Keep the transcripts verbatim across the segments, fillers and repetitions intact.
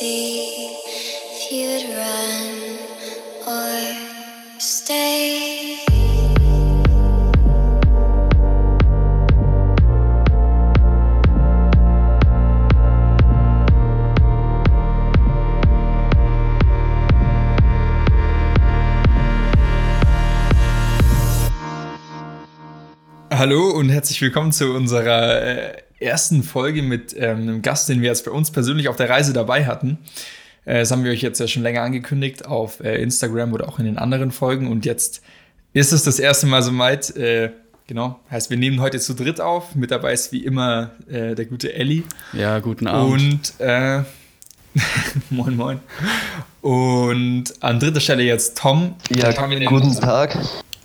see if you'd run or stay. Hallo und herzlich willkommen zu unserer äh, ersten Folge mit ähm, einem Gast, den wir jetzt bei uns persönlich auf der Reise dabei hatten. Äh, das haben wir euch jetzt ja schon länger angekündigt auf äh, Instagram oder auch in den anderen Folgen. Und jetzt ist es das erste Mal so weit. Äh, genau, heißt, wir nehmen heute zu dritt auf. Mit dabei ist wie immer äh, der gute Elli. Ja, guten Abend. Und äh, moin, moin. Und an dritter Stelle jetzt Tom. Ja, guten Tag.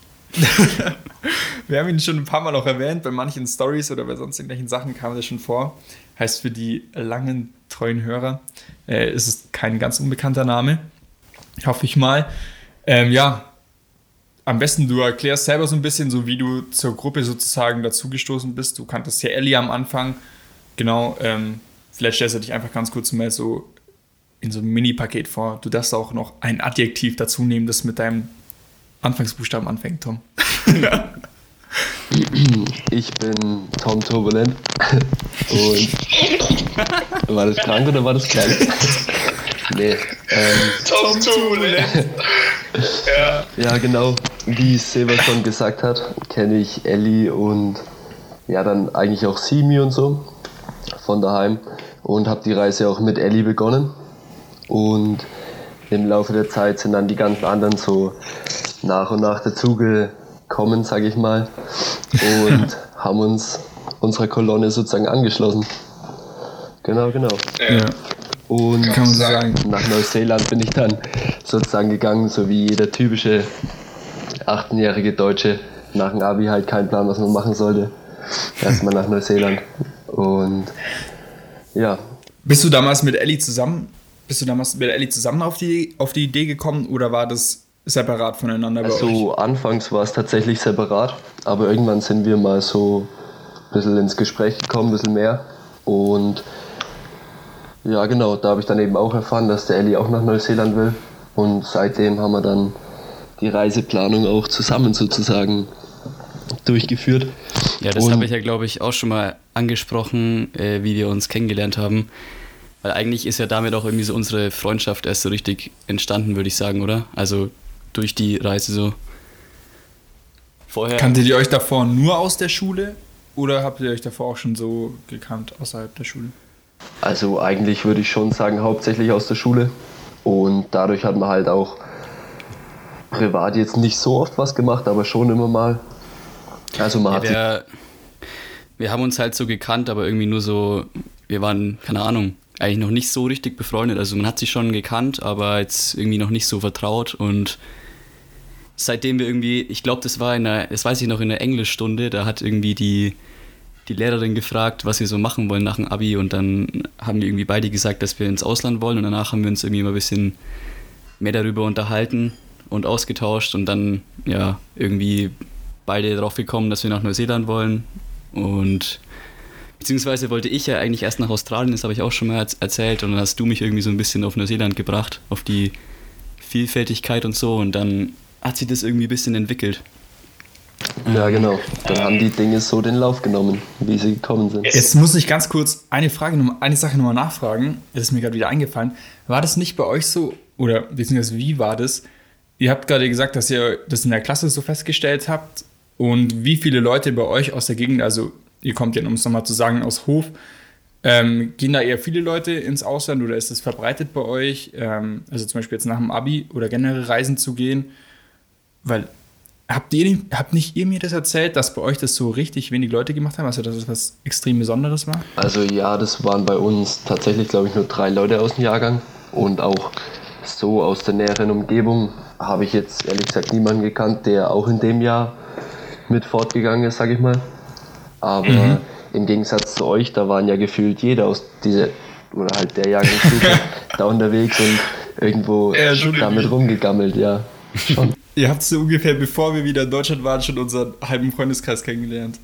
Wir haben ihn schon ein paar Mal noch erwähnt, bei manchen Stories oder bei sonst irgendwelchen Sachen kam das schon vor. Heißt, für die langen, treuen Hörer äh, ist es kein ganz unbekannter Name. Hoffe ich mal. Ähm, ja, am besten du erklärst selber so ein bisschen, so wie du zur Gruppe sozusagen dazugestoßen bist. Du kanntest ja Elli am Anfang. Genau, ähm, vielleicht stellst du dich einfach ganz kurz mal so in so einem Mini-Paket vor. Du darfst auch noch ein Adjektiv dazu nehmen, das mit deinem Anfangsbuchstaben anfängt, Tom. Ich bin Tom Turbulent. Und war das krank oder war das krank? Nee. Ähm, Tom Turbulent. ja. ja, genau. Wie Seba schon gesagt hat, kenne ich Elli und ja, dann eigentlich auch Simi und so von daheim und habe die Reise auch mit Elli begonnen. Und im Laufe der Zeit sind dann die ganzen anderen so nach und nach dazugekommen, sage ich mal, und haben uns unserer Kolonne sozusagen angeschlossen. Genau, genau. Ja. Und kann man sagen. Nach Neuseeland bin ich dann sozusagen gegangen, so wie jeder typische achtzehnjährige Deutsche, nach dem Abi halt keinen Plan, was man machen sollte. Erstmal nach Neuseeland. Und ja. Bist du damals mit Elli zusammen? Bist du damals mit Elli zusammen auf die, auf die Idee gekommen oder war das separat voneinander bei Also euch? Anfangs war es tatsächlich separat, aber irgendwann sind wir mal so ein bisschen ins Gespräch gekommen, ein bisschen mehr. Und ja genau, da habe ich dann eben auch erfahren, dass der Elli auch nach Neuseeland will. Und seitdem haben wir dann die Reiseplanung auch zusammen sozusagen durchgeführt. Ja, das habe ich ja, glaube ich, auch schon mal angesprochen, äh, wie wir uns kennengelernt haben. Weil eigentlich ist ja damit auch irgendwie so unsere Freundschaft erst so richtig entstanden, würde ich sagen, oder? Also durch die Reise so. Vorher. Kanntet ihr euch davor nur aus der Schule oder habt ihr euch davor auch schon so gekannt außerhalb der Schule? Also eigentlich würde ich schon sagen, hauptsächlich aus der Schule. Und dadurch hat man halt auch privat jetzt nicht so oft was gemacht, aber schon immer mal. Also man ja, hat wir, wir haben uns halt so gekannt, aber irgendwie nur so, wir waren, keine Ahnung, eigentlich noch nicht so richtig befreundet. Also man hat sich schon gekannt, aber jetzt irgendwie noch nicht so vertraut. Und seitdem wir irgendwie, ich glaube, das war in der, das weiß ich noch, in der Englischstunde, da hat irgendwie die, die Lehrerin gefragt, was wir so machen wollen nach dem Abi. Und dann haben wir irgendwie beide gesagt, dass wir ins Ausland wollen. Und danach haben wir uns irgendwie mal ein bisschen mehr darüber unterhalten und ausgetauscht. Und dann, ja, irgendwie beide drauf gekommen, dass wir nach Neuseeland wollen. Und beziehungsweise wollte ich ja eigentlich erst nach Australien, das habe ich auch schon mal erzählt, und dann hast du mich irgendwie so ein bisschen auf Neuseeland gebracht, auf die Vielfältigkeit und so, und dann hat sich das irgendwie ein bisschen entwickelt. Ja, genau. Dann haben die Dinge so den Lauf genommen, wie sie gekommen sind. Jetzt muss ich ganz kurz eine Frage, eine Sache nochmal nachfragen, das ist mir gerade wieder eingefallen. War das nicht bei euch so, oder beziehungsweise wie war das? Ihr habt gerade gesagt, dass ihr das in der Klasse so festgestellt habt, und wie viele Leute bei euch aus der Gegend, also ihr kommt ja, um es nochmal zu sagen, aus Hof. Ähm, gehen da eher viele Leute ins Ausland oder ist es verbreitet bei euch? Ähm, also zum Beispiel jetzt nach dem Abi oder generell reisen zu gehen? Weil, habt ihr habt nicht ihr mir das erzählt, dass bei euch das so richtig wenig Leute gemacht haben? Also dass es was extrem Besonderes war? Also ja, das waren bei uns tatsächlich, glaube ich, nur drei Leute aus dem Jahrgang. Und auch so aus der näheren Umgebung habe ich jetzt ehrlich gesagt niemanden gekannt, der auch in dem Jahr mit fortgegangen ist, sage ich mal. Aber mhm. im Gegensatz zu euch, da waren ja gefühlt jeder aus dieser, oder halt der Jahrgangsstufe da unterwegs und irgendwo ja, damit rumgegammelt, ja. Schon. Ihr habt so ungefähr, bevor wir wieder in Deutschland waren, schon unseren halben Freundeskreis kennengelernt.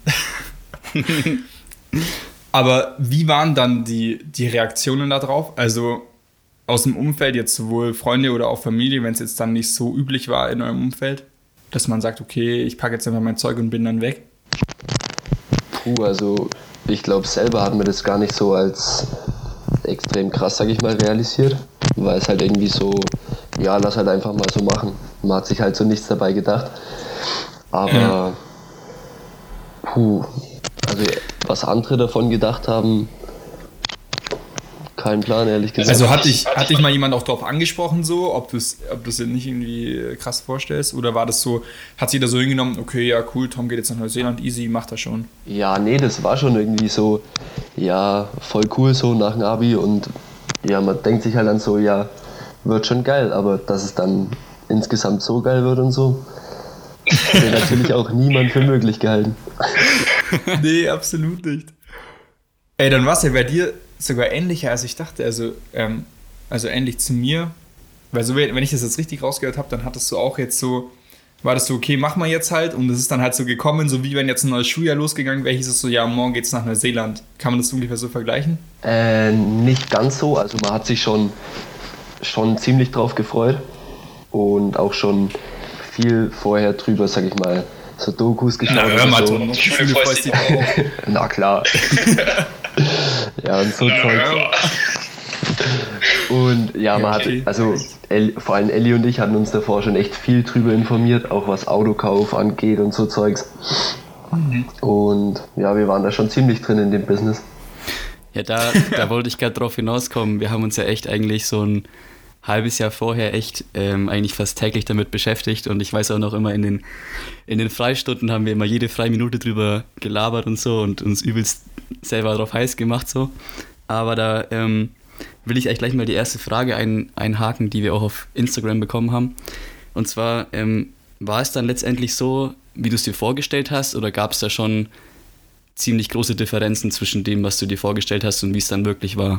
Aber wie waren dann die, die Reaktionen darauf? Also aus dem Umfeld, jetzt sowohl Freunde oder auch Familie, wenn es jetzt dann nicht so üblich war in eurem Umfeld, dass man sagt, okay, ich packe jetzt einfach mein Zeug und bin dann weg? Puh, also ich glaube, selber hat man das gar nicht so als extrem krass, sag ich mal, realisiert, weil es halt irgendwie so, ja, lass halt einfach mal so machen. Man hat sich halt so nichts dabei gedacht. Aber, ja. puh, also was andere davon gedacht haben, kein Plan, ehrlich gesagt. Also hat dich, hat dich mal jemand auch darauf angesprochen, so, ob du es ob du's nicht irgendwie krass vorstellst? Oder war das so, hat sich da so hingenommen, okay, ja cool, Tom geht jetzt nach Neuseeland, easy, macht das schon? Ja, nee, das war schon irgendwie so, ja, voll cool so nach dem Abi und ja, man denkt sich halt dann so, ja, wird schon geil, aber dass es dann insgesamt so geil wird und so, hätte natürlich auch niemand für möglich gehalten. Nee, absolut nicht. Ey, dann war es ja bei dir sogar ähnlicher, als ich dachte. Also, ähm, also ähnlich zu mir. Weil so, wenn ich das jetzt richtig rausgehört habe, dann hattest du auch jetzt so, war das so, okay, mach mal jetzt halt. Und es ist dann halt so gekommen, so wie wenn jetzt ein neues Schuljahr losgegangen wäre, hieß es so, ja, morgen geht's nach Neuseeland. Kann man das ungefähr so vergleichen? Äh, nicht ganz so. Also man hat sich schon, schon ziemlich drauf gefreut. Und auch schon viel vorher drüber, sag ich mal, so Dokus geschaut. Na, hör mal, so. Tom, ich fühle freust dich auch. Na klar. Ja, und so Zeug. Und ja, man hat, also El, vor allem Elli und ich hatten uns davor schon echt viel drüber informiert, auch was Autokauf angeht und so Zeugs. Mhm. Und ja, wir waren da schon ziemlich drin in dem Business. Ja, da, da wollte ich gerade drauf hinauskommen. Wir haben uns ja echt eigentlich so ein halbes Jahr vorher echt ähm, eigentlich fast täglich damit beschäftigt und ich weiß auch noch immer in den, in den Freistunden haben wir immer jede freie Minute drüber gelabert und so und uns übelst selber drauf heiß gemacht so. Aber da ähm, will ich eigentlich gleich mal die erste Frage ein, einhaken, die wir auch auf Instagram bekommen haben. Und zwar, ähm, war es dann letztendlich so, wie du es dir vorgestellt hast oder gab es da schon ziemlich große Differenzen zwischen dem, was du dir vorgestellt hast und wie es dann wirklich war?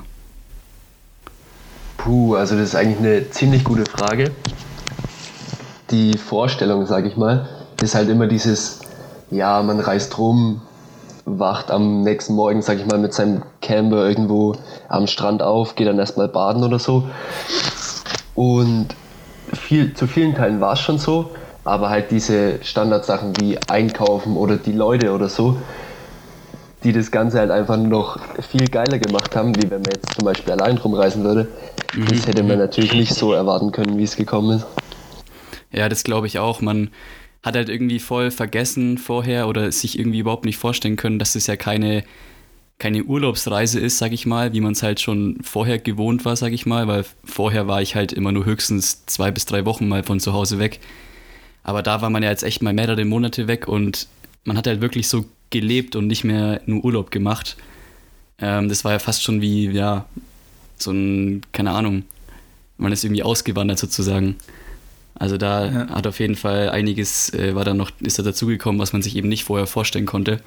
Puh, also das ist eigentlich eine ziemlich gute Frage. Die Vorstellung, sag ich mal, ist halt immer dieses, ja, man reist rum, wacht am nächsten Morgen, sag ich mal, mit seinem Camper irgendwo am Strand auf, geht dann erstmal baden oder so. Und viel, zu vielen Teilen war es schon so, aber halt diese Standardsachen wie Einkaufen oder die Leute oder so, die das Ganze halt einfach noch viel geiler gemacht haben, wie wenn man jetzt zum Beispiel allein rumreisen würde. Mhm. Das hätte man natürlich nicht so erwarten können, wie es gekommen ist. Ja, das glaube ich auch. Man hat halt irgendwie voll vergessen vorher oder sich irgendwie überhaupt nicht vorstellen können, dass es ja keine, keine Urlaubsreise ist, sag ich mal, wie man es halt schon vorher gewohnt war, sag ich mal, weil vorher war ich halt immer nur höchstens zwei bis drei Wochen mal von zu Hause weg. Aber da war man ja jetzt echt mal mehrere Monate weg und man hat halt wirklich so gelebt und nicht mehr nur Urlaub gemacht. Ähm, das war ja fast schon wie, ja, so ein, keine Ahnung, man ist irgendwie ausgewandert sozusagen. Also da ja. hat auf jeden Fall einiges, äh, war da noch, ist da dazugekommen, was man sich eben nicht vorher vorstellen konnte.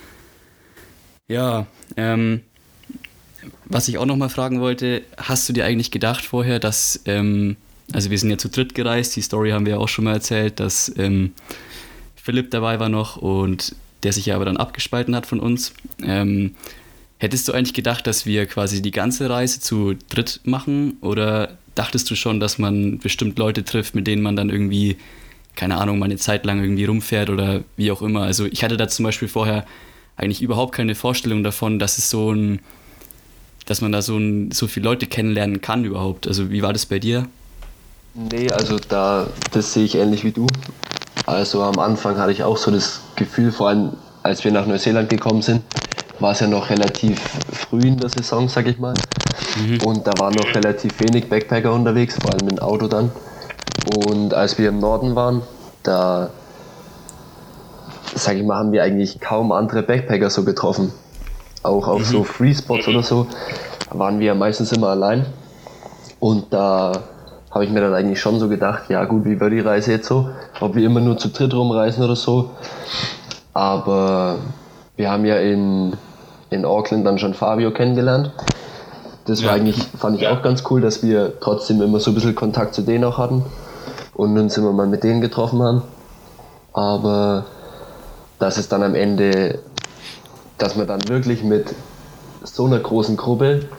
Ja, ähm, was ich auch noch mal fragen wollte, hast du dir eigentlich gedacht vorher, dass, ähm, also wir sind ja zu dritt gereist, die Story haben wir ja auch schon mal erzählt, dass ähm, Philipp dabei war noch und der sich ja aber dann abgespalten hat von uns. Ähm, hättest du eigentlich gedacht, dass wir quasi die ganze Reise zu dritt machen oder dachtest du schon, dass man bestimmt Leute trifft, mit denen man dann irgendwie, keine Ahnung, mal eine Zeit lang irgendwie rumfährt oder wie auch immer? Also ich hatte da zum Beispiel vorher eigentlich überhaupt keine Vorstellung davon, dass es so ein, dass man da so, ein, so viele Leute kennenlernen kann überhaupt. Also wie war das bei dir? Nee, also da, das sehe ich ähnlich wie du. Also am Anfang hatte ich auch so das Gefühl, vor allem als wir nach Neuseeland gekommen sind, war es ja noch relativ früh in der Saison, sag ich mal. Mhm. Und da waren noch relativ wenig Backpacker unterwegs, vor allem mit dem Auto dann. Und als wir im Norden waren, da, sag ich mal, haben wir eigentlich kaum andere Backpacker so getroffen. Auch auf mhm. so Free-Spots oder so waren wir meistens immer allein. Und da habe ich mir dann eigentlich schon so gedacht, ja gut, wie wird die Reise jetzt so? Ob wir immer nur zu dritt rumreisen oder so. Aber wir haben ja in, in Auckland dann schon Fabio kennengelernt. Das war ja. eigentlich, fand ich auch ganz cool, dass wir trotzdem immer so ein bisschen Kontakt zu denen auch hatten und uns immer mal mit denen getroffen haben. Aber dass es dann am Ende, dass man dann wirklich mit so einer großen Gruppe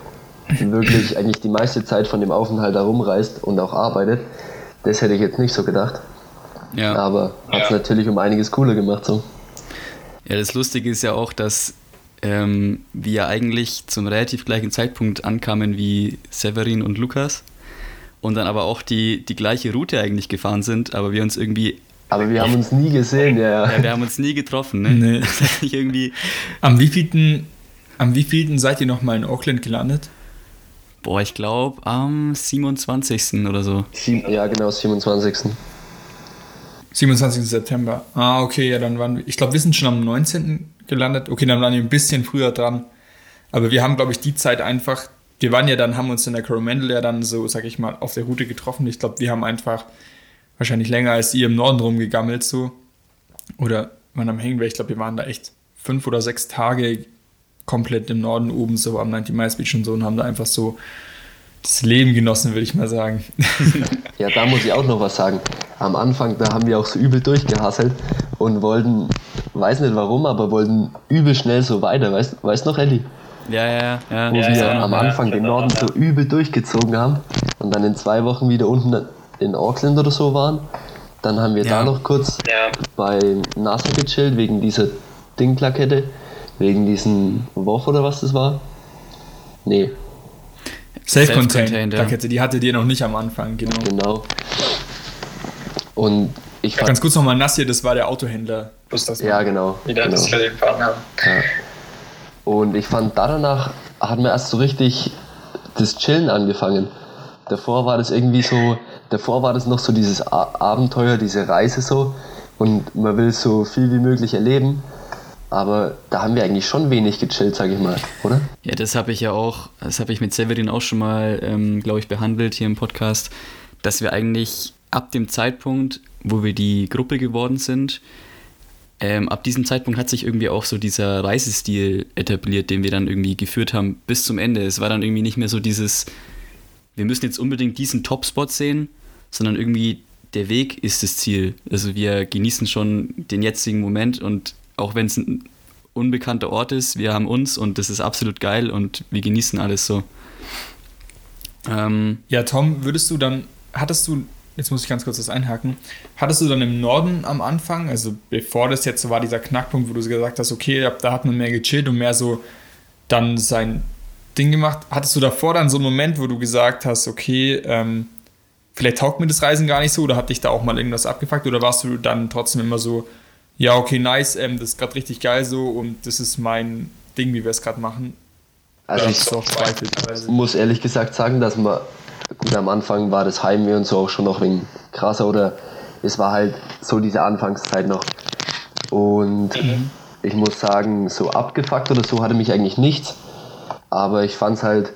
wirklich eigentlich die meiste Zeit von dem Aufenthalt herumreist und auch arbeitet. Das hätte ich jetzt nicht so gedacht. Ja. Aber hat es ja. natürlich um einiges cooler gemacht. So. Ja, das Lustige ist ja auch, dass ähm, wir eigentlich zum relativ gleichen Zeitpunkt ankamen wie Severin und Lukas und dann aber auch die, die gleiche Route eigentlich gefahren sind, aber wir uns irgendwie... Aber wir haben uns nie gesehen, ja. Ja, wir haben uns nie getroffen, ne? Nee. Das hat mich irgendwie... Am wievielten, am wievielten seid ihr nochmal in Auckland gelandet? Boah, ich glaube am siebenundzwanzigsten oder so. Sie- ja, genau, siebenundzwanzigsten siebenundzwanzigsten September. Ah, okay, ja, dann waren wir, ich glaube, wir sind schon am neunzehnten gelandet. Okay, dann waren wir ein bisschen früher dran. Aber wir haben, glaube ich, die Zeit einfach, wir waren ja dann, haben uns in der Coromandel ja dann so, sag ich mal, auf der Route getroffen. Ich glaube, wir haben einfach wahrscheinlich länger als ihr im Norden rumgegammelt so. Oder waren am Hängen, weil ich glaube, wir waren da echt fünf oder sechs Tage komplett im Norden oben so am neunzig Miles Beach und so und haben da einfach so das Leben genossen, würde ich mal sagen. Ja, da muss ich auch noch was sagen. Am Anfang, da haben wir auch so übel durchgehasselt und wollten, weiß nicht warum, aber wollten übel schnell so weiter. Weißt du weißt noch, Elli? Ja, ja, ja. Wo ja, wir ja, am ja. Anfang den Norden so übel durchgezogen haben und dann in zwei Wochen wieder unten in Auckland oder so waren. Dann haben wir Ja. da noch kurz Ja. bei NASA gechillt, wegen dieser Dingplakette, wegen diesen W O F oder was das war. Nee, Self-Contained, Self-contained, ja. Plakette, die hattet ihr noch nicht am Anfang, genau. genau. Und ich fand, Ganz kurz nochmal, Nassir, das war der Autohändler. Plus das ja genau, wieder genau. das für den Fahren haben. Ja. Und ich fand, da danach hat mir erst so richtig das Chillen angefangen. Davor war das irgendwie so, davor war das noch so dieses A- Abenteuer, diese Reise so und man will so viel wie möglich erleben. Aber da haben wir eigentlich schon wenig gechillt, sag ich mal, oder? Ja, das habe ich ja auch, das habe ich mit Severin auch schon mal, ähm, glaube ich, behandelt hier im Podcast, dass wir eigentlich ab dem Zeitpunkt, wo wir die Gruppe geworden sind, ähm, ab diesem Zeitpunkt hat sich irgendwie auch so dieser Reisestil etabliert, den wir dann irgendwie geführt haben bis zum Ende. Es war dann irgendwie nicht mehr so dieses, wir müssen jetzt unbedingt diesen Top-Spot sehen, sondern irgendwie der Weg ist das Ziel. Also wir genießen schon den jetzigen Moment und auch wenn es ein unbekannter Ort ist, wir haben uns und das ist absolut geil und wir genießen alles so. Ähm, Ja, Tom, würdest du dann, hattest du, jetzt muss ich ganz kurz das einhaken, hattest du dann im Norden am Anfang, also bevor das jetzt so war, dieser Knackpunkt, wo du gesagt hast, okay, da hat man mehr gechillt und mehr so dann sein Ding gemacht, hattest du davor dann so einen Moment, wo du gesagt hast, okay, ähm, vielleicht taugt mir das Reisen gar nicht so oder hat dich da auch mal irgendwas abgefuckt oder warst du dann trotzdem immer so, ja, okay, nice, ähm, das ist gerade richtig geil so und das ist mein Ding, wie wir es gerade machen? Also Oder ich hast du auch Zweifel teilweise? muss ehrlich gesagt sagen, dass man, gut, am Anfang war das Heimweh und so auch schon noch wegen krasser oder es war halt so diese Anfangszeit noch. Und ich muss sagen, so abgefuckt oder so hatte mich eigentlich nichts. Aber ich fand's halt,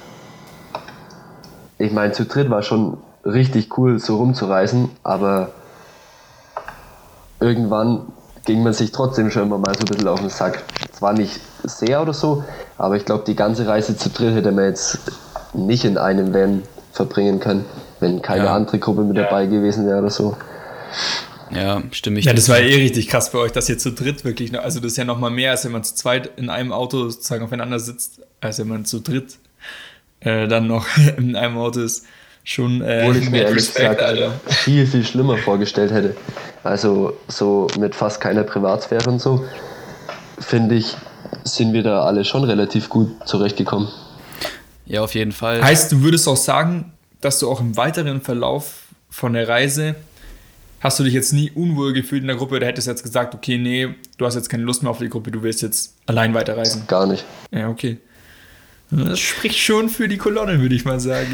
ich meine, zu dritt war schon richtig cool, so rumzureisen, aber irgendwann ging man sich trotzdem schon immer mal so ein bisschen auf den Sack. Zwar nicht sehr oder so, aber ich glaube, die ganze Reise zu dritt hätte man jetzt nicht in einem Van verbringen können, wenn keine Ja. andere Gruppe mit dabei gewesen wäre oder so. ja, stimme ich. Ja, dir das zu. war eh richtig krass bei euch, dass ihr zu dritt wirklich, noch- also das ist ja nochmal mehr, als wenn man zu zweit in einem Auto sozusagen aufeinander sitzt, als wenn man zu dritt äh, dann noch in einem Auto ist. Schon äh, Obwohl ich mir mehr ehrlich Respekt, gesagt Alter. viel, viel schlimmer vorgestellt hätte. Also so mit fast keiner Privatsphäre und so, finde ich, sind wir da alle schon relativ gut zurechtgekommen. Ja, auf jeden Fall. Heißt, du würdest auch sagen, dass du auch im weiteren Verlauf von der Reise, hast du dich jetzt nie unwohl gefühlt in der Gruppe oder hättest jetzt gesagt, okay, nee, du hast jetzt keine Lust mehr auf die Gruppe, du willst jetzt allein weiterreisen? Gar nicht. Ja, okay. Das spricht schon für die Kolonne, würde ich mal sagen.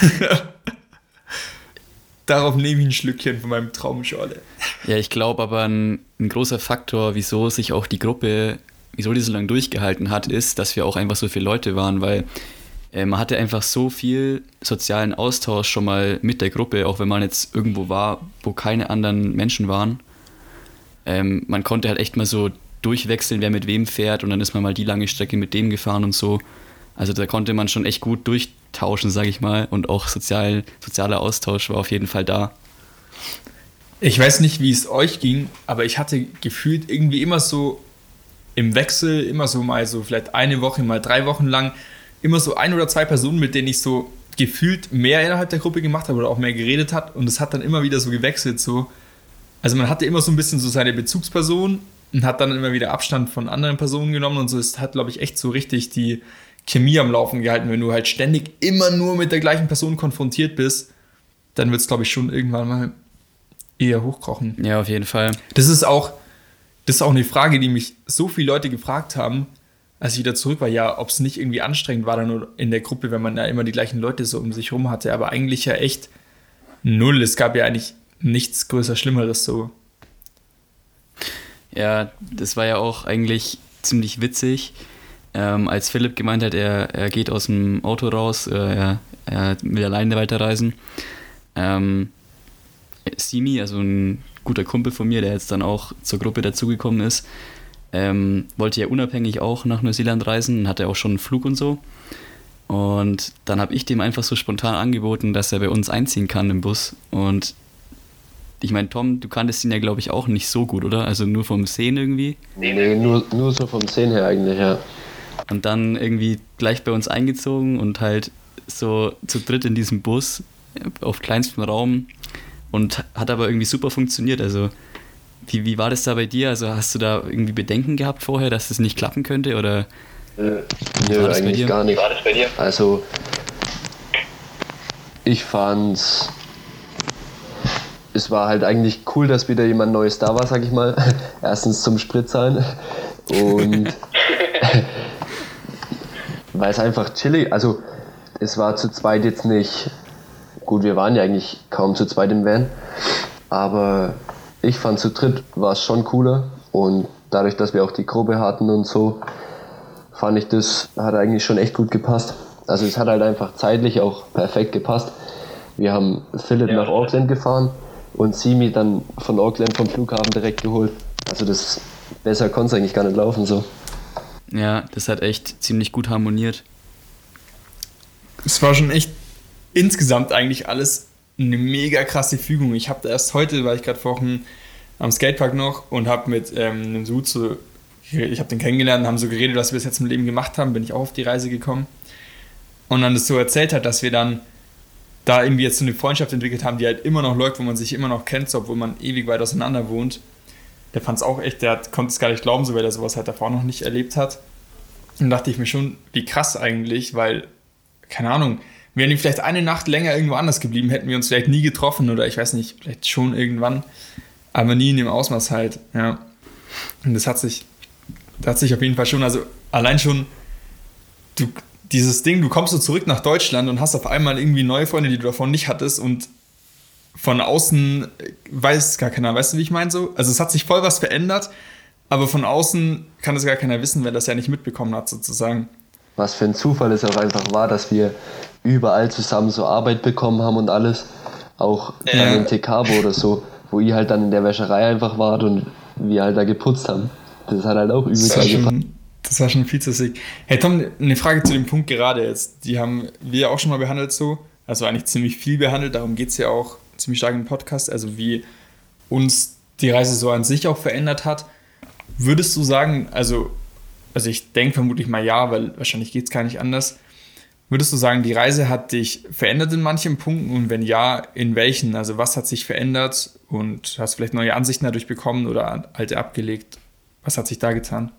Darauf nehme ich ein Schlückchen von meinem Traumschorle. Ja, ich glaube aber ein, ein großer Faktor, wieso sich auch die Gruppe, wieso die so lange durchgehalten hat, ist, dass wir auch einfach so viele Leute waren, weil äh, man hatte einfach so viel sozialen Austausch schon mal mit der Gruppe, auch wenn man jetzt irgendwo war, wo keine anderen Menschen waren. Ähm, man konnte halt echt mal so durchwechseln, wer mit wem fährt und dann ist man mal die lange Strecke mit dem gefahren und so. Also da konnte man schon echt gut durchtauschen, sage ich mal, und auch sozial, sozialer Austausch war auf jeden Fall da. Ich weiß nicht, wie es euch ging, aber ich hatte gefühlt irgendwie immer so im Wechsel, immer so mal so vielleicht eine Woche, mal drei Wochen lang, immer so ein oder zwei Personen, mit denen ich so gefühlt mehr innerhalb der Gruppe gemacht habe oder auch mehr geredet hat und es hat dann immer wieder so gewechselt, so. Also man hatte immer so ein bisschen so seine Bezugsperson und hat dann immer wieder Abstand von anderen Personen genommen und so. Es hat, glaube ich, echt so richtig die Chemie am Laufen gehalten. Wenn du halt ständig immer nur mit der gleichen Person konfrontiert bist, dann wird es, glaube ich, schon irgendwann mal eher hochkochen. Ja, auf jeden Fall. Das ist auch, das ist auch eine Frage, die mich so viele Leute gefragt haben, als ich wieder zurück war, ja, ob es nicht irgendwie anstrengend war dann in der Gruppe, wenn man da immer die gleichen Leute so um sich rum hatte. Aber eigentlich ja echt null. Es gab ja eigentlich nichts größer Schlimmeres so. Ja, das war ja auch eigentlich ziemlich witzig, ähm, als Philipp gemeint hat, er, er geht aus dem Auto raus, äh, er, er will alleine weiterreisen. Ähm, Simi, also ein guter Kumpel von mir, der jetzt dann auch zur Gruppe dazugekommen ist, ähm, wollte ja unabhängig auch nach Neuseeland reisen, hatte auch schon einen Flug und so. Und dann habe ich dem einfach so spontan angeboten, dass er bei uns einziehen kann im Bus. Und ich meine, Tom, du kanntest ihn ja, glaube ich, auch nicht so gut, oder? Also nur vom Sehen irgendwie? Nee, nee, nur, nur so vom Sehen her eigentlich, ja. Und dann irgendwie gleich bei uns eingezogen und halt so zu dritt in diesem Bus auf kleinstem Raum und hat aber irgendwie super funktioniert. Also wie, wie war das da bei dir? Also hast du da irgendwie Bedenken gehabt vorher, dass das nicht klappen könnte? Oder äh, nö, eigentlich gar nicht. Wie war das bei dir? Also ich fand's es war halt eigentlich cool, dass wieder jemand Neues da war, sag ich mal. Erstens zum Spritzahlen und weil es einfach chillig, also es war zu zweit jetzt nicht, gut, wir waren ja eigentlich kaum zu zweit im Van, aber ich fand zu dritt war es schon cooler und dadurch, dass wir auch die Gruppe hatten und so, fand ich das, hat eigentlich schon echt gut gepasst. Also es hat halt einfach zeitlich auch perfekt gepasst. Wir haben Philipp ja. nach Auckland gefahren und Simi dann von Auckland vom Flughafen direkt geholt. Also das besser konnte es eigentlich gar nicht laufen so. Ja, das hat echt ziemlich gut harmoniert. Es war schon echt insgesamt eigentlich alles eine mega krasse Fügung. Ich habe erst heute, war ich gerade vorhin am Skatepark noch und habe mit ähm, einem Sud so, ich habe den kennengelernt und haben so geredet, was wir bis jetzt im Leben gemacht haben, bin ich auch auf die Reise gekommen. Und dann das so erzählt hat, dass wir dann da irgendwie jetzt so eine Freundschaft entwickelt haben, die halt immer noch läuft, wo man sich immer noch kennt, so, obwohl man ewig weit auseinander wohnt. Der fand es auch echt, der hat, konnte es gar nicht glauben, so weil er sowas halt davor noch nicht erlebt hat. Und dachte ich mir schon, wie krass eigentlich, weil, keine Ahnung, wären die vielleicht eine Nacht länger irgendwo anders geblieben, hätten wir uns vielleicht nie getroffen oder ich weiß nicht, vielleicht schon irgendwann, aber nie in dem Ausmaß halt, ja. Und das hat sich, das hat sich auf jeden Fall schon, also allein schon, du, dieses Ding, du kommst so zurück nach Deutschland und hast auf einmal irgendwie neue Freunde, die du davon nicht hattest und von außen weiß gar keiner, weißt du, wie ich meine so? Also es hat sich voll was verändert, aber von außen kann das gar keiner wissen, wer das ja nicht mitbekommen hat sozusagen. Was für ein Zufall es auch einfach war, dass wir überall zusammen so Arbeit bekommen haben und alles, auch Ja. dann in Te Cabo oder so, wo ihr halt dann in der Wäscherei einfach wart und wir halt da geputzt haben. Das hat halt auch übel Das war, geil gepasst. schon, das war schon viel zu sick. Hey Tom, eine Frage zu dem Punkt gerade jetzt. Die haben wir auch schon mal behandelt so. Also eigentlich ziemlich viel behandelt. Darum geht es ja auch ziemlich stark im Podcast. Also wie uns die Reise so an sich auch verändert hat. Würdest du sagen, also, also ich denke vermutlich mal ja, weil wahrscheinlich geht es gar nicht anders. Würdest du sagen, die Reise hat dich verändert in manchen Punkten und wenn ja, in welchen? Also was hat sich verändert und hast vielleicht neue Ansichten dadurch bekommen oder alte abgelegt? Was hat sich da getan?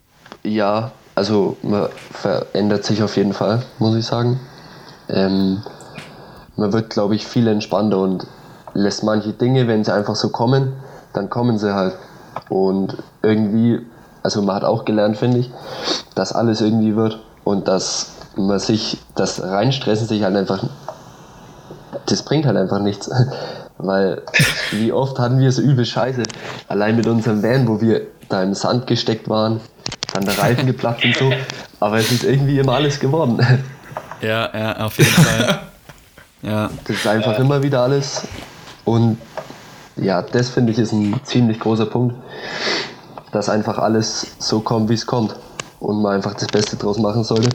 Ja, also man verändert sich auf jeden Fall, muss ich sagen. Ähm, man wird, glaube ich, viel entspannter und lässt manche Dinge, wenn sie einfach so kommen, dann kommen sie halt. Und irgendwie, also man hat auch gelernt, finde ich, dass alles irgendwie wird und dass man sich, das Reinstressen sich halt einfach, das bringt halt einfach nichts. Weil wie oft hatten wir so übel Scheiße, allein mit unserem Van, wo wir da im Sand gesteckt waren, dann der Reifen geplatzt und so, aber es ist irgendwie immer alles geworden. Ja, ja, auf jeden Fall. Ja. Das ist einfach immer wieder alles und ja, das finde ich ist ein ziemlich großer Punkt, dass einfach alles so kommt, wie es kommt und man einfach das Beste draus machen sollte.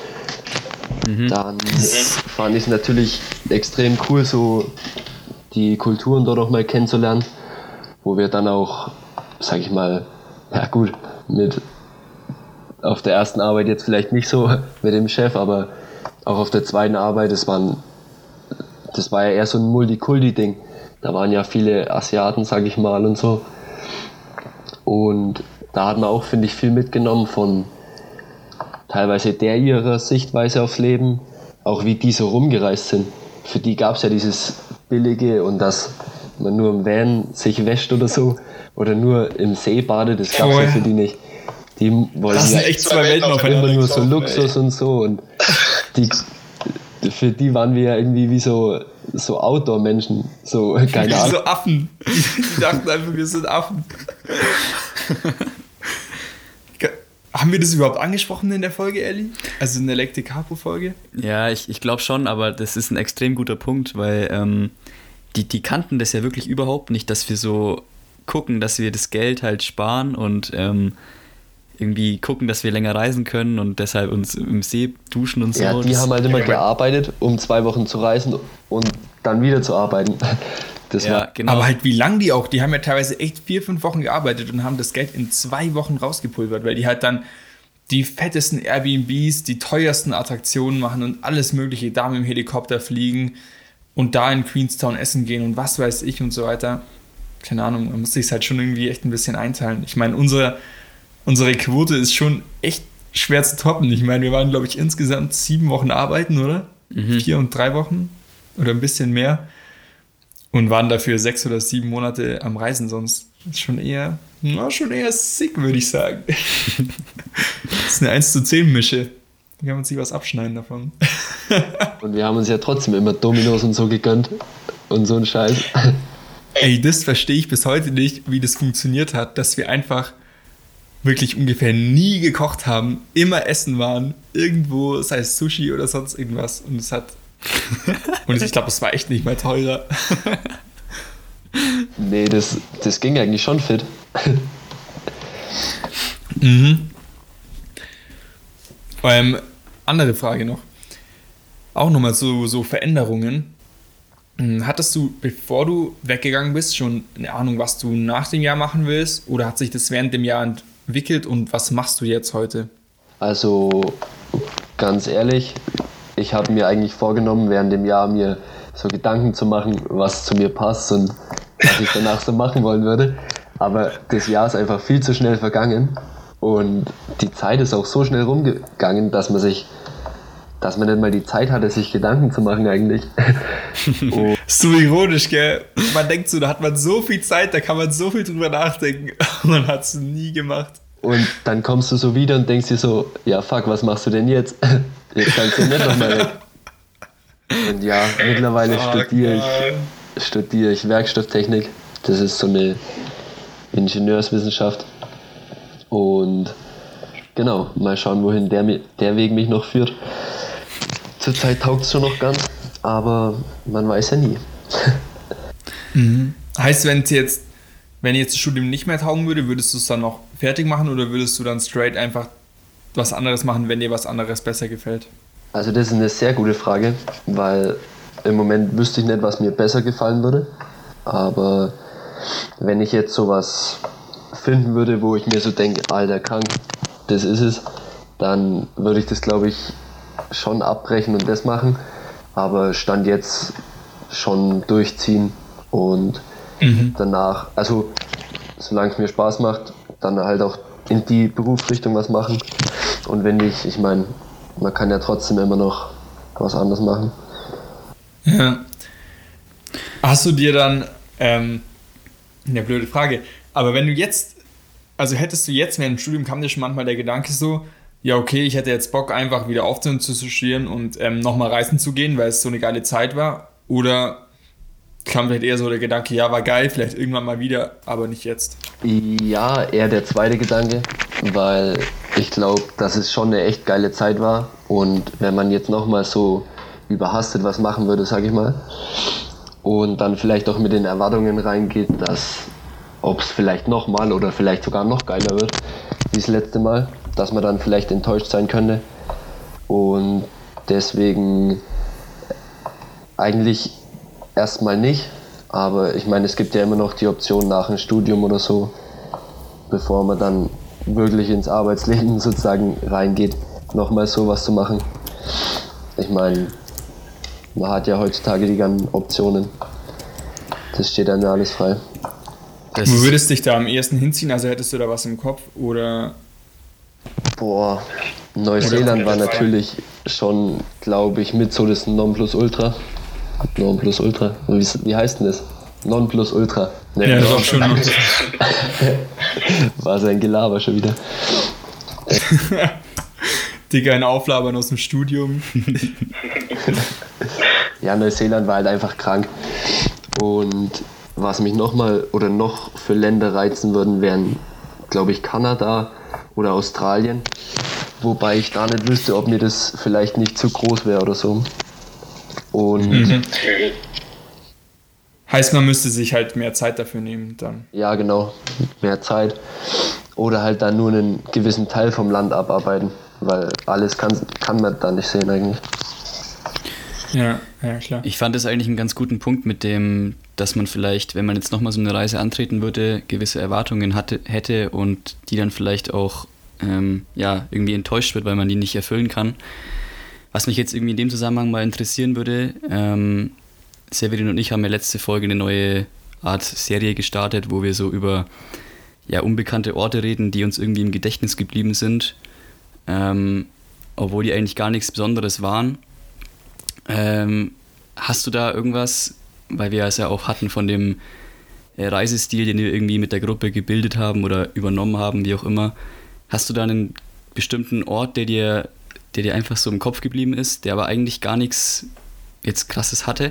Mhm. Dann fand ich es natürlich extrem cool, so die Kulturen dort auch mal kennenzulernen, wo wir dann auch, sag ich mal, ja gut, mit auf der ersten Arbeit jetzt vielleicht nicht so mit dem Chef, aber auch auf der zweiten Arbeit, das, waren, das war ja eher so ein Multikulti-Ding. Da waren ja viele Asiaten, sag ich mal, und so. Und da hat man auch, finde ich, viel mitgenommen von teilweise der ihrer Sichtweise aufs Leben, auch wie die so rumgereist sind. Für die gab es ja dieses Billige und dass man nur im Van sich wäscht oder so oder nur im See badet, das gab es Oh, ja ja. für die nicht. Die wollen Das sind ja echt zwei Welten aufeinander immer nur so getroffen, Luxus ey. und so und die, für die waren wir ja irgendwie wie so, so Outdoor-Menschen, so keine Wie Ahnung. so Affen. Die dachten einfach, wir sind Affen. Haben wir das überhaupt angesprochen in der Folge, Elli? Also in der Lactic Capo-Folge? Ja, ich, ich glaube schon, aber das ist ein extrem guter Punkt, weil ähm, die, die kannten das ja wirklich überhaupt nicht, dass wir so gucken, dass wir das Geld halt sparen und ähm, irgendwie gucken, dass wir länger reisen können und deshalb uns im See duschen und so. Ja, die Das- haben halt immer gearbeitet, um zwei Wochen zu reisen und dann wieder zu arbeiten. Das ja, war, genau. Aber halt wie lang die auch, die haben ja teilweise echt vier, fünf Wochen gearbeitet und haben das Geld in zwei Wochen rausgepulvert, weil die halt dann die fettesten Airbnbs, die teuersten Attraktionen machen und alles mögliche, da mit dem Helikopter fliegen und da in Queenstown essen gehen und was weiß ich und so weiter. Keine Ahnung, man muss sich halt schon irgendwie echt ein bisschen einteilen. Ich meine, unsere, unsere Quote ist schon echt schwer zu toppen. Ich meine, wir waren, glaube ich, insgesamt sieben Wochen arbeiten, oder? Mhm. Vier und drei Wochen oder ein bisschen mehr. Und waren dafür sechs oder sieben Monate am Reisen, sonst ist schon eher, na, schon eher sick, würde ich sagen. Das ist eine eins zu zehn Mische. Da kann man sich was abschneiden davon. und wir haben uns ja trotzdem immer Dominos und so gegönnt und so ein Scheiß. Ey, das verstehe ich bis heute nicht, wie das funktioniert hat, dass wir einfach wirklich ungefähr nie gekocht haben, immer essen waren, irgendwo, sei es Sushi oder sonst irgendwas. Und es hat. Und ich glaube, es war echt nicht mal teurer. Nee, das, das ging eigentlich schon fit. Mhm. Ähm, andere Frage noch. Auch nochmal so, so Veränderungen. Hm, Hattest du, bevor du weggegangen bist, schon eine Ahnung, was du nach dem Jahr machen willst? Oder hat sich das während dem Jahr entwickelt und was machst du jetzt heute? Also ganz ehrlich, ich habe mir eigentlich vorgenommen, während dem Jahr mir so Gedanken zu machen, was zu mir passt und was ich danach so machen wollen würde. Aber das Jahr ist einfach viel zu schnell vergangen und die Zeit ist auch so schnell rumgegangen, dass man sich, dass man nicht mal die Zeit hatte, sich Gedanken zu machen eigentlich. Und So ironisch, gell? Man denkt so, da hat man so viel Zeit, da kann man so viel drüber nachdenken. Man hat es nie gemacht. Und dann kommst du so wieder und denkst dir so, ja fuck, was machst du denn jetzt? Jetzt kannst du nicht nochmal weg. Und ja, mittlerweile studiere ich, studiere ich Werkstofftechnik. Das ist so eine Ingenieurswissenschaft. Und genau, mal schauen, wohin der, mi- der Weg mich noch führt. Zurzeit taugt es schon noch ganz, aber man weiß ja nie. Heißt, wenn es jetzt, wenn jetzt das Studium nicht mehr taugen würde, würdest du es dann noch fertig machen oder würdest du dann straight einfach was anderes machen, wenn dir was anderes besser gefällt? Also das ist eine sehr gute Frage, weil im Moment wüsste ich nicht, was mir besser gefallen würde. Aber wenn ich jetzt sowas finden würde, wo ich mir so denke, alter krank, das ist es, dann würde ich das, glaube ich, schon abbrechen und das machen. Aber Stand jetzt schon durchziehen und danach, also solange es mir Spaß macht, dann halt auch in die Berufsrichtung was machen. Und wenn nicht, ich meine, man kann ja trotzdem immer noch was anderes machen. Ja. Hast du dir dann, ähm, eine blöde Frage, aber wenn du jetzt, also hättest du jetzt während dem Studium, kam dir schon manchmal der Gedanke so, ja okay, ich hätte jetzt Bock einfach wieder aufzuhören zu studieren und ähm, nochmal reisen zu gehen, weil es so eine geile Zeit war? Oder kam vielleicht eher so der Gedanke, ja war geil, vielleicht irgendwann mal wieder, aber nicht jetzt? Ja, eher der zweite Gedanke, weil ich glaube, dass es schon eine echt geile Zeit war und wenn man jetzt nochmal so überhastet was machen würde, sag ich mal, und dann vielleicht auch mit den Erwartungen reingeht, dass ob es vielleicht nochmal oder vielleicht sogar noch geiler wird, wie das letzte Mal, dass man dann vielleicht enttäuscht sein könnte und deswegen eigentlich erstmal nicht, aber ich meine, es gibt ja immer noch die Option nach dem Studium oder so, bevor man dann wirklich ins Arbeitsleben sozusagen reingeht, nochmal sowas zu machen. Ich meine, man hat ja heutzutage die ganzen Optionen. Das steht einem ja alles frei. Das Wo würdest du dich da am ehesten hinziehen? Also hättest du da was im Kopf oder? Boah, Neuseeland war natürlich schon, glaube ich, mit so das Nonplusultra. Nonplusultra? Wie, wie heißt denn das? Nonplusultra. Ne, ja, das ist auch schon. War sein Gelaber schon wieder. Digga, ein Auflabern aus dem Studium. Ja, Neuseeland war halt einfach krank. Und was mich nochmal oder noch für Länder reizen würden, wären, glaube ich, Kanada oder Australien. Wobei ich da nicht wüsste, ob mir das vielleicht nicht zu groß wäre oder so. Und mhm. Heißt, man müsste sich halt mehr Zeit dafür nehmen dann. Ja, genau. Mehr Zeit. Oder halt dann nur einen gewissen Teil vom Land abarbeiten. Weil alles kann, kann man da nicht sehen eigentlich. Ja, ja, klar. Ich fand das eigentlich einen ganz guten Punkt mit dem, dass man vielleicht, wenn man jetzt nochmal so eine Reise antreten würde, gewisse Erwartungen hatte, hätte und die dann vielleicht auch ähm, ja, irgendwie enttäuscht wird, weil man die nicht erfüllen kann. Was mich jetzt irgendwie in dem Zusammenhang mal interessieren würde, ähm, Severin und ich haben ja letzte Folge eine neue Art Serie gestartet, wo wir so über ja, unbekannte Orte reden, die uns irgendwie im Gedächtnis geblieben sind, ähm, obwohl die eigentlich gar nichts Besonderes waren. Ähm, hast du da irgendwas, weil wir es ja auch hatten von dem äh, Reisestil, den wir irgendwie mit der Gruppe gebildet haben oder übernommen haben, wie auch immer, hast du da einen bestimmten Ort, der dir, der dir einfach so im Kopf geblieben ist, der aber eigentlich gar nichts jetzt Krasses hatte?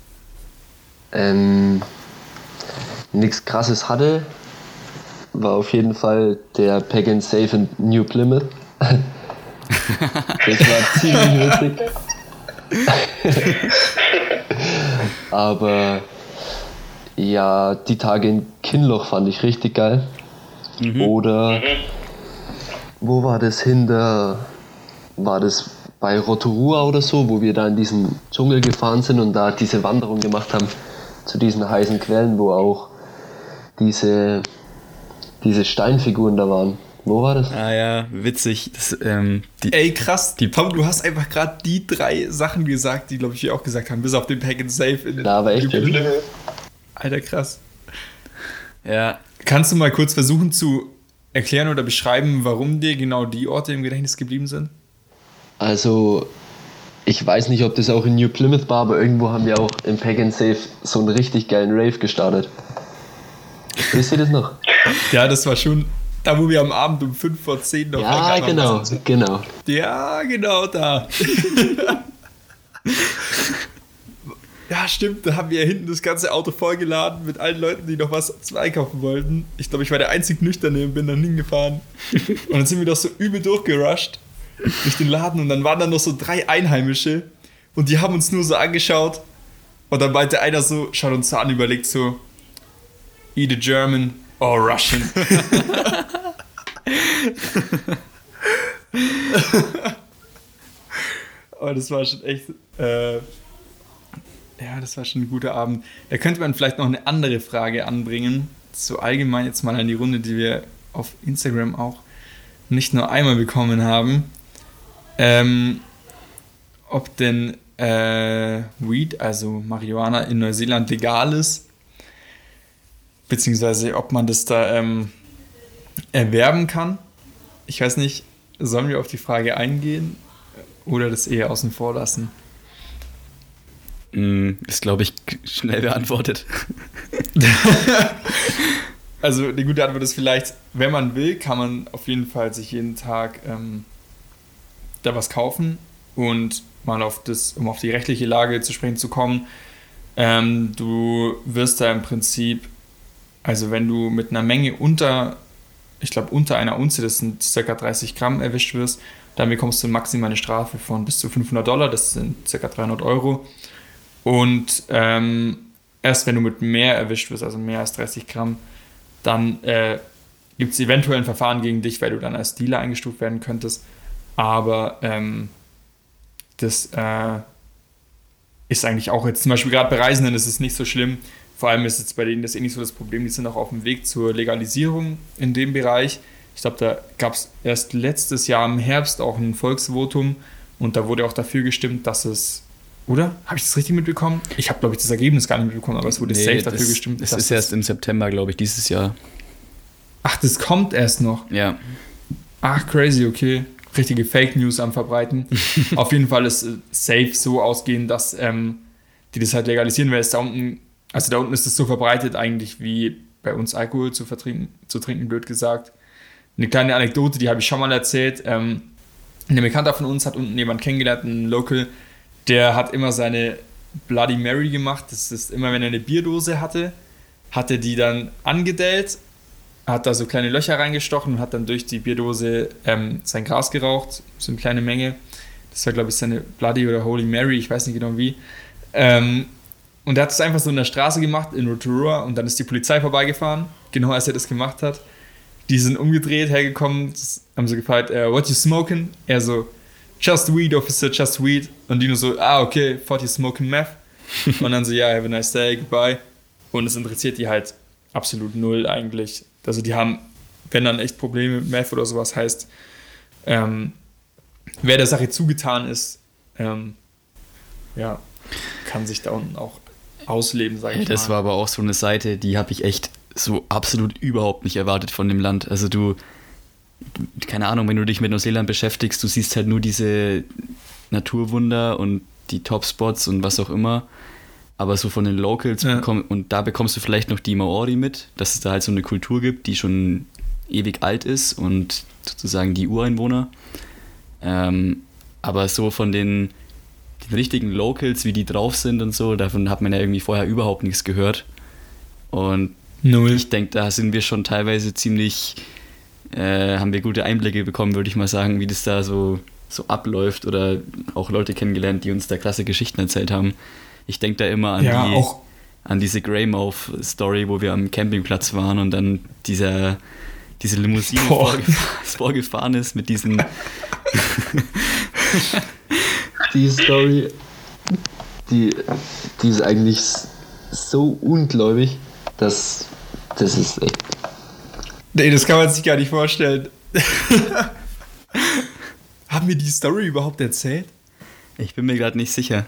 Ähm, nichts Krasses hatte, war auf jeden Fall der Pack and Save in New Plymouth. Das war ziemlich witzig. Aber ja, die Tage in Kinloch fand ich richtig geil. Mhm. Oder wo war das hinter, war das bei Rotorua oder so, wo wir da in diesen Dschungel gefahren sind und da diese Wanderung gemacht haben zu diesen heißen Quellen, wo auch diese, diese Steinfiguren da waren. Wo war das? Ah ja, witzig. Das, ähm, die, Ey, krass. Die, Tom, du hast einfach gerade die drei Sachen gesagt, die, glaube ich, wir auch gesagt haben, bis auf den Pack and Save. In da war echt witzig. Alter, krass. Ja. Kannst du mal kurz versuchen zu erklären oder beschreiben, warum dir genau die Orte im Gedächtnis geblieben sind? Also, ich weiß nicht, ob das auch in New Plymouth war, aber irgendwo haben wir auch im Pack and Save so einen richtig geilen Rave gestartet. Wisst ihr das noch? Ja, das war schon da, wo wir am Abend um fünf vor zehn noch Ja, genau, genau. Ja, genau da. Ja, stimmt, da haben wir ja hinten das ganze Auto vollgeladen mit allen Leuten, die noch was zum Einkaufen wollten. Ich glaube, ich war der einzig Nüchterne und bin dann hingefahren. Und dann sind wir doch so übel durchgerusht durch den Laden und dann waren da noch so drei Einheimische und die haben uns nur so angeschaut und dann meinte einer so, schaut uns so an, überlegt so, either German or Russian. Aber das war schon echt, äh, ja, das war schon ein guter Abend. Da könnte man vielleicht noch eine andere Frage anbringen, so allgemein jetzt mal an die Runde, die wir auf Instagram auch nicht nur einmal bekommen haben. Ähm, ob denn äh, Weed, also Marihuana in Neuseeland legal ist, beziehungsweise ob man das da ähm, erwerben kann. Ich weiß nicht, sollen wir auf die Frage eingehen oder das eher außen vor lassen? Mm, ist, glaube ich, schnell beantwortet. Also eine gute Antwort ist vielleicht, wenn man will, kann man auf jeden Fall sich jeden Tag ähm, da was kaufen und mal auf das, um auf die rechtliche Lage zu sprechen zu kommen. Ähm, du wirst da im Prinzip, also wenn du mit einer Menge unter, ich glaube unter einer Unze, das sind ca. dreißig Gramm, erwischt wirst, dann bekommst du maximal eine Strafe von bis zu fünfhundert Dollar, das sind ca. dreihundert Euro. Und ähm, erst wenn du mit mehr erwischt wirst, also mehr als dreißig Gramm, dann äh, gibt es eventuell ein Verfahren gegen dich, weil du dann als Dealer eingestuft werden könntest. Aber ähm, das äh, ist eigentlich auch jetzt, zum Beispiel gerade bei Reisenden ist es nicht so schlimm. Vor allem ist jetzt bei denen das eh nicht so das Problem, die sind auch auf dem Weg zur Legalisierung in dem Bereich. Ich glaube, da gab es erst letztes Jahr im Herbst auch ein Volksvotum und da wurde auch dafür gestimmt, dass es, oder? Habe ich das richtig mitbekommen? Ich habe, glaube ich, das Ergebnis gar nicht mitbekommen, aber es wurde Nee, safe das, dafür gestimmt. Es dass ist erst im September, glaube ich, dieses Jahr. Ach, das kommt erst noch. Ja. Ach, crazy, okay. Richtige Fake News am Verbreiten. Auf jeden Fall ist safe so ausgehen, dass ähm, die das halt legalisieren, weil es da unten, also da unten ist es so verbreitet eigentlich wie bei uns Alkohol zu, vertrinken, zu trinken, blöd gesagt. Eine kleine Anekdote, die habe ich schon mal erzählt. Ähm, ein Bekannter von uns hat unten jemanden kennengelernt, ein Local, der hat immer seine Bloody Mary gemacht. Das ist immer, wenn er eine Bierdose hatte, hat er die dann angedellt, hat da so kleine Löcher reingestochen und hat dann durch die Bierdose ähm, sein Gras geraucht, so eine kleine Menge. Das war, glaube ich, seine Bloody oder Holy Mary, ich weiß nicht genau wie. Ähm, und er hat es einfach so in der Straße gemacht, in Rotorua, und dann ist die Polizei vorbeigefahren, genau als er das gemacht hat. Die sind umgedreht, hergekommen, haben so gefragt, uh, what you smoking? Er so, just weed, officer, just weed. Und die nur so, ah, okay, thought you smoking meth. Und dann so, ja, yeah, have a nice day, goodbye. Und es interessiert die halt absolut null eigentlich. Also die haben, wenn dann echt Probleme mit Meth oder sowas, heißt, ähm, wer der Sache zugetan ist, ähm, ja, kann sich da unten auch ausleben, sage ich Das mal. war aber auch so eine Seite, die habe ich echt so absolut überhaupt nicht erwartet von dem Land. Also du, du, keine Ahnung, wenn du dich mit Neuseeland beschäftigst, du siehst halt nur diese Naturwunder und die Top-Spots und was auch immer. Aber so von den Locals, Ja. bekomm, und da bekommst du vielleicht noch die Maori mit, dass es da halt so eine Kultur gibt, die schon ewig alt ist und sozusagen die Ureinwohner. Ähm, aber so von den, den richtigen Locals, wie die drauf sind und so, davon hat man ja irgendwie vorher überhaupt nichts gehört. Und Null. ich denke, da sind wir schon teilweise ziemlich, äh, haben wir gute Einblicke bekommen, würde ich mal sagen, wie das da so, so abläuft, oder auch Leute kennengelernt, die uns da krasse Geschichten erzählt haben. Ich denke da immer an, Ja, die, auch. an diese Greymouth-Story, wo wir am Campingplatz waren und dann dieser, diese Limousine Boah. vorgefahren, vorgefahren ist mit diesen... Die Story, die, die ist eigentlich so ungläubig, dass das ist echt. Nee, das kann man sich gar nicht vorstellen. Haben wir die Story überhaupt erzählt? Ich bin mir gerade nicht sicher.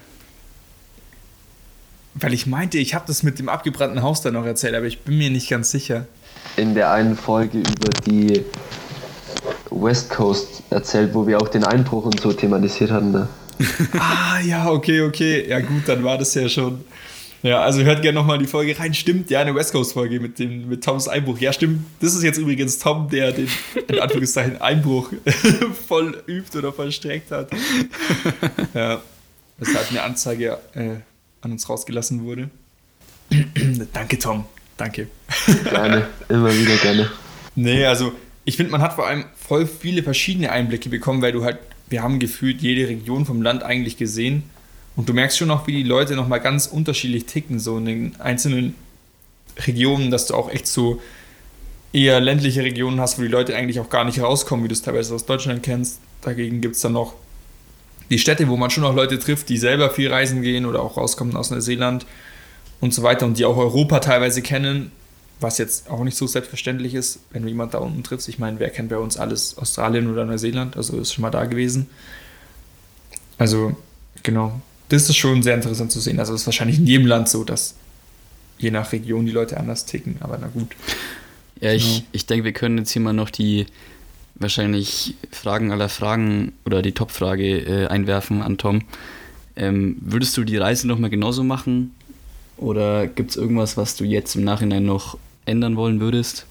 Weil ich meinte, ich habe das mit dem abgebrannten Haus dann noch erzählt, aber ich bin mir nicht ganz sicher. In der einen Folge über die West Coast erzählt, wo wir auch den Einbruch und so thematisiert hatten. Ne? Ah, ja, okay, okay. Ja gut, dann war das ja schon. Ja, also hört gerne nochmal die Folge rein. Stimmt, ja, eine West Coast-Folge mit, dem, mit Toms Einbruch. Ja, stimmt. Das ist jetzt übrigens Tom, der den, in Anführungszeichen, Einbruch voll übt oder vollstreckt hat. Ja, weshalb eine Anzeige äh, an uns rausgelassen wurde. Danke, Tom. Danke. Gerne, immer wieder gerne. Nee, also ich finde, man hat vor allem voll viele verschiedene Einblicke bekommen, weil du halt, wir haben gefühlt jede Region vom Land eigentlich gesehen. Und du merkst schon noch, wie die Leute nochmal ganz unterschiedlich ticken, so in den einzelnen Regionen, dass du auch echt so eher ländliche Regionen hast, wo die Leute eigentlich auch gar nicht rauskommen, wie du es teilweise aus Deutschland kennst. Dagegen gibt es dann noch die Städte, wo man schon noch Leute trifft, die selber viel reisen gehen oder auch rauskommen aus Neuseeland und so weiter und die auch Europa teilweise kennen, was jetzt auch nicht so selbstverständlich ist, wenn du jemanden da unten triffst. Ich meine, wer kennt bei uns alles Australien oder Neuseeland, also ist schon mal da gewesen. Also, genau. Das ist schon sehr interessant zu sehen. Also es ist wahrscheinlich in jedem Land so, dass je nach Region die Leute anders ticken, aber na gut. Ja, ich, Ja. ich denke, wir können jetzt hier mal noch die wahrscheinlich Fragen aller Fragen oder die Top-Frage äh, einwerfen an Tom. Ähm, würdest du die Reise nochmal genauso machen? Oder gibt es irgendwas, was du jetzt im Nachhinein noch ändern wollen würdest?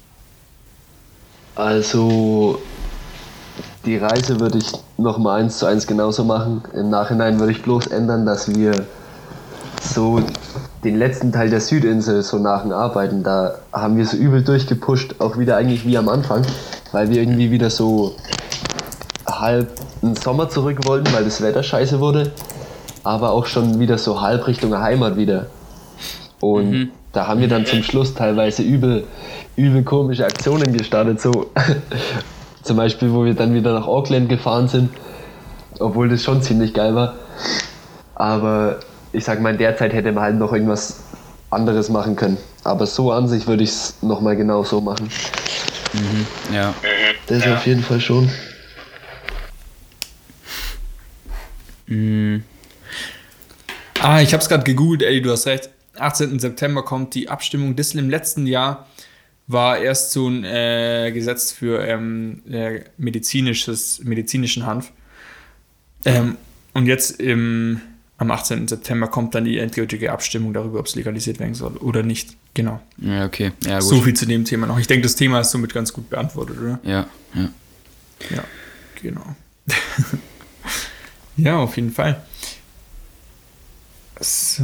Also die Reise würde ich nochmal eins zu eins genauso machen. Im Nachhinein würde ich bloß ändern, dass wir so den letzten Teil der Südinsel so nach dem Arbeiten, da haben wir so übel durchgepusht, auch wieder eigentlich wie am Anfang, weil wir irgendwie wieder so halb in den Sommer zurück wollten, weil das Wetter scheiße wurde, aber auch schon wieder so halb Richtung Heimat wieder. Und Mhm. da haben wir dann zum Schluss teilweise übel, übel komische Aktionen gestartet, so zum Beispiel, wo wir dann wieder nach Auckland gefahren sind, obwohl das schon ziemlich geil war. Aber ich sag mal, in der Zeit hätte man halt noch irgendwas anderes machen können. Aber so an sich würde ich es nochmal genau so machen. Mhm, ja. Das ja. auf jeden Fall schon. Mhm. Ah, ich hab's gerade gegoogelt, Eddie, du hast recht. achtzehnten September kommt die Abstimmung. Das im letzten Jahr war erst so ein äh, Gesetz für ähm, äh, medizinisches, medizinischen Hanf. Ähm, und jetzt im, am achtzehnten September kommt dann die endgültige Abstimmung darüber, ob es legalisiert werden soll oder nicht. Genau. Ja, okay. Ja, gut. So viel zu dem Thema noch. Ich denke, das Thema ist somit ganz gut beantwortet, oder? Ja, ja. Ja, genau. Ja, auf jeden Fall. So.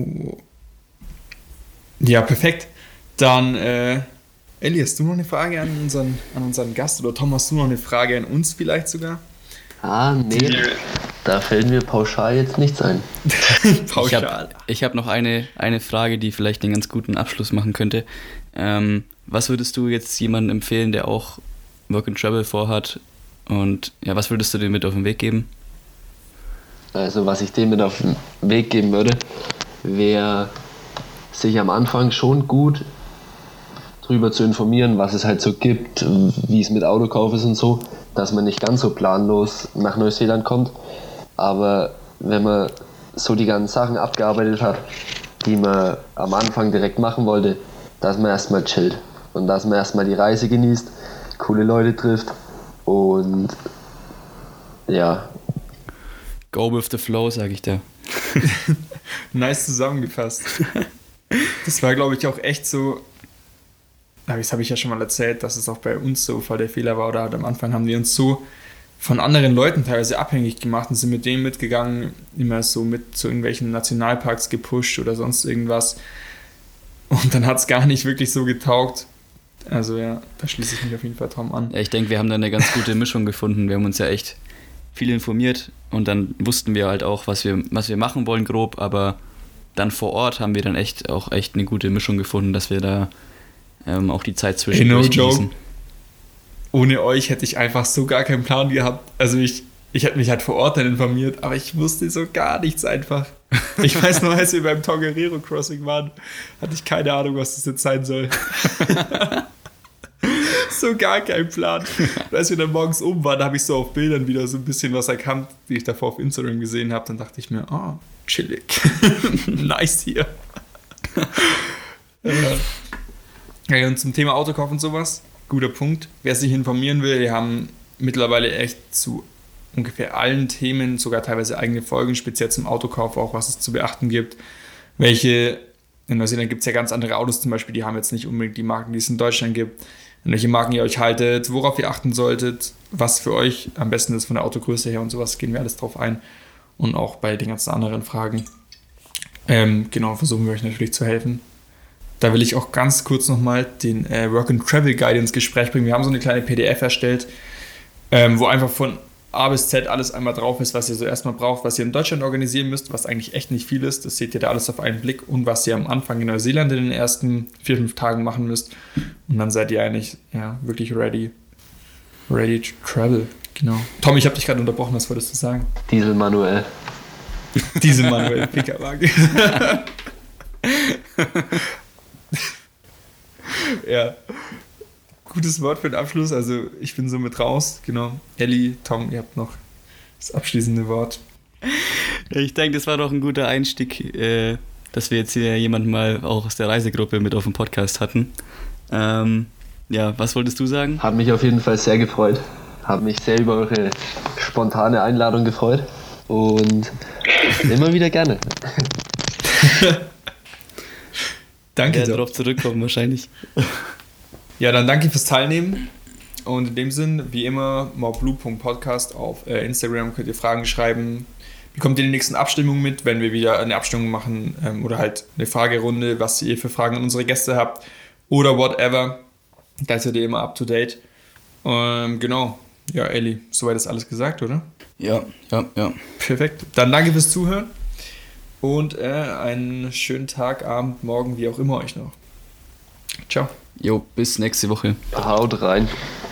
Ja, perfekt. Dann, äh, Elli, hast du noch eine Frage an unseren, an unseren Gast? Oder Tom, hast du noch eine Frage an uns vielleicht sogar? Ah, nee, da fällt mir pauschal jetzt nichts ein. Pauschal. Ich habe ich hab noch eine, eine Frage, die vielleicht einen ganz guten Abschluss machen könnte. Ähm, was würdest du jetzt jemandem empfehlen, der auch Work and Travel vorhat? Und ja, was würdest du dem mit auf den Weg geben? Also was ich dem mit auf den Weg geben würde, wäre sich am Anfang schon gut drüber zu informieren, was es halt so gibt, wie es mit Autokauf ist und so, dass man nicht ganz so planlos nach Neuseeland kommt. Aber wenn man so die ganzen Sachen abgearbeitet hat, die man am Anfang direkt machen wollte, dass man erstmal chillt und dass man erstmal die Reise genießt, coole Leute trifft und ja. Go with the flow, sag ich dir. Nice zusammengefasst. Das war, glaube ich, auch echt so. Das habe ich ja schon mal erzählt, dass es auch bei uns so voll der Fehler war. Oder halt am Anfang haben die uns so von anderen Leuten teilweise abhängig gemacht und sind mit denen mitgegangen, immer so mit zu irgendwelchen Nationalparks gepusht oder sonst irgendwas. Und dann hat es gar nicht wirklich so getaugt. Also ja, da schließe ich mich auf jeden Fall Tom an. Ja, ich denke, wir haben da eine ganz gute Mischung gefunden. Wir haben uns ja echt viel informiert und dann wussten wir halt auch, was wir, was wir machen wollen grob, aber dann vor Ort haben wir dann echt auch echt eine gute Mischung gefunden, dass wir da ähm, auch die Zeit zwischendurch hey, no genießen. Joke. Ohne euch hätte ich einfach so gar keinen Plan gehabt. Also ich, ich hätte mich halt vor Ort dann informiert, aber ich wusste so gar nichts einfach. Ich weiß noch, als wir beim Tongariro Crossing waren, hatte ich keine Ahnung, was das jetzt sein soll. So gar kein Plan. Und als wir dann morgens oben waren, habe ich so auf Bildern wieder so ein bisschen was erkannt, die ich davor auf Instagram gesehen habe. Dann dachte ich mir, oh, chillig. Nice hier. Ja, und zum Thema Autokauf und sowas, guter Punkt. Wer sich informieren will, wir haben mittlerweile echt zu ungefähr allen Themen sogar teilweise eigene Folgen, speziell zum Autokauf auch, was es zu beachten gibt. Welche, in Neuseeland gibt es ja ganz andere Autos zum Beispiel, die haben jetzt nicht unbedingt die Marken, die es in Deutschland gibt. Und welche Marken ihr euch haltet, worauf ihr achten solltet, was für euch am besten ist von der Autogröße her und sowas, gehen wir alles drauf ein. Und auch bei den ganzen anderen Fragen. Ähm, genau, versuchen wir euch natürlich zu helfen. Da will ich auch ganz kurz nochmal den äh, Work and Travel Guide ins Gespräch bringen. Wir haben so eine kleine P D F erstellt, ähm, wo einfach von A bis Z alles einmal drauf ist, was ihr so erstmal braucht, was ihr in Deutschland organisieren müsst, was eigentlich echt nicht viel ist. Das seht ihr da alles auf einen Blick und was ihr am Anfang in Neuseeland in den ersten vier, fünf Tagen machen müsst. Und dann seid ihr eigentlich ja, wirklich ready. Ready to travel. Genau. Tom, ich habe dich gerade unterbrochen, was wolltest du sagen? Diesel manuell. Diesel manuell Pickerwagen. Ja. Gutes Wort für den Abschluss, also ich bin somit raus, genau. Elli, Tom, ihr habt noch das abschließende Wort. Ich denke, das war doch ein guter Einstieg, äh, dass wir jetzt hier jemanden mal auch aus der Reisegruppe mit auf dem Podcast hatten. Ähm, ja, was wolltest du sagen? Hat mich auf jeden Fall sehr gefreut. Habe mich sehr über eure spontane Einladung gefreut und immer wieder gerne. Danke. Ja, darauf zurückkommen wahrscheinlich. Ja, dann danke fürs Teilnehmen und in dem Sinn, wie immer, moreblue punkt podcast auf äh, Instagram könnt ihr Fragen schreiben. Bekommt ihr die nächsten Abstimmungen mit, wenn wir wieder eine Abstimmung machen ähm, oder halt eine Fragerunde, was ihr für Fragen an unsere Gäste habt oder whatever. Da seid ihr immer up to date. Ähm, genau. Ja, Elli, soweit ist alles gesagt, oder? Ja, ja, ja. Perfekt. Dann danke fürs Zuhören und äh, einen schönen Tag, Abend, Morgen, wie auch immer euch noch. Ciao. Jo, bis nächste Woche. Haut rein.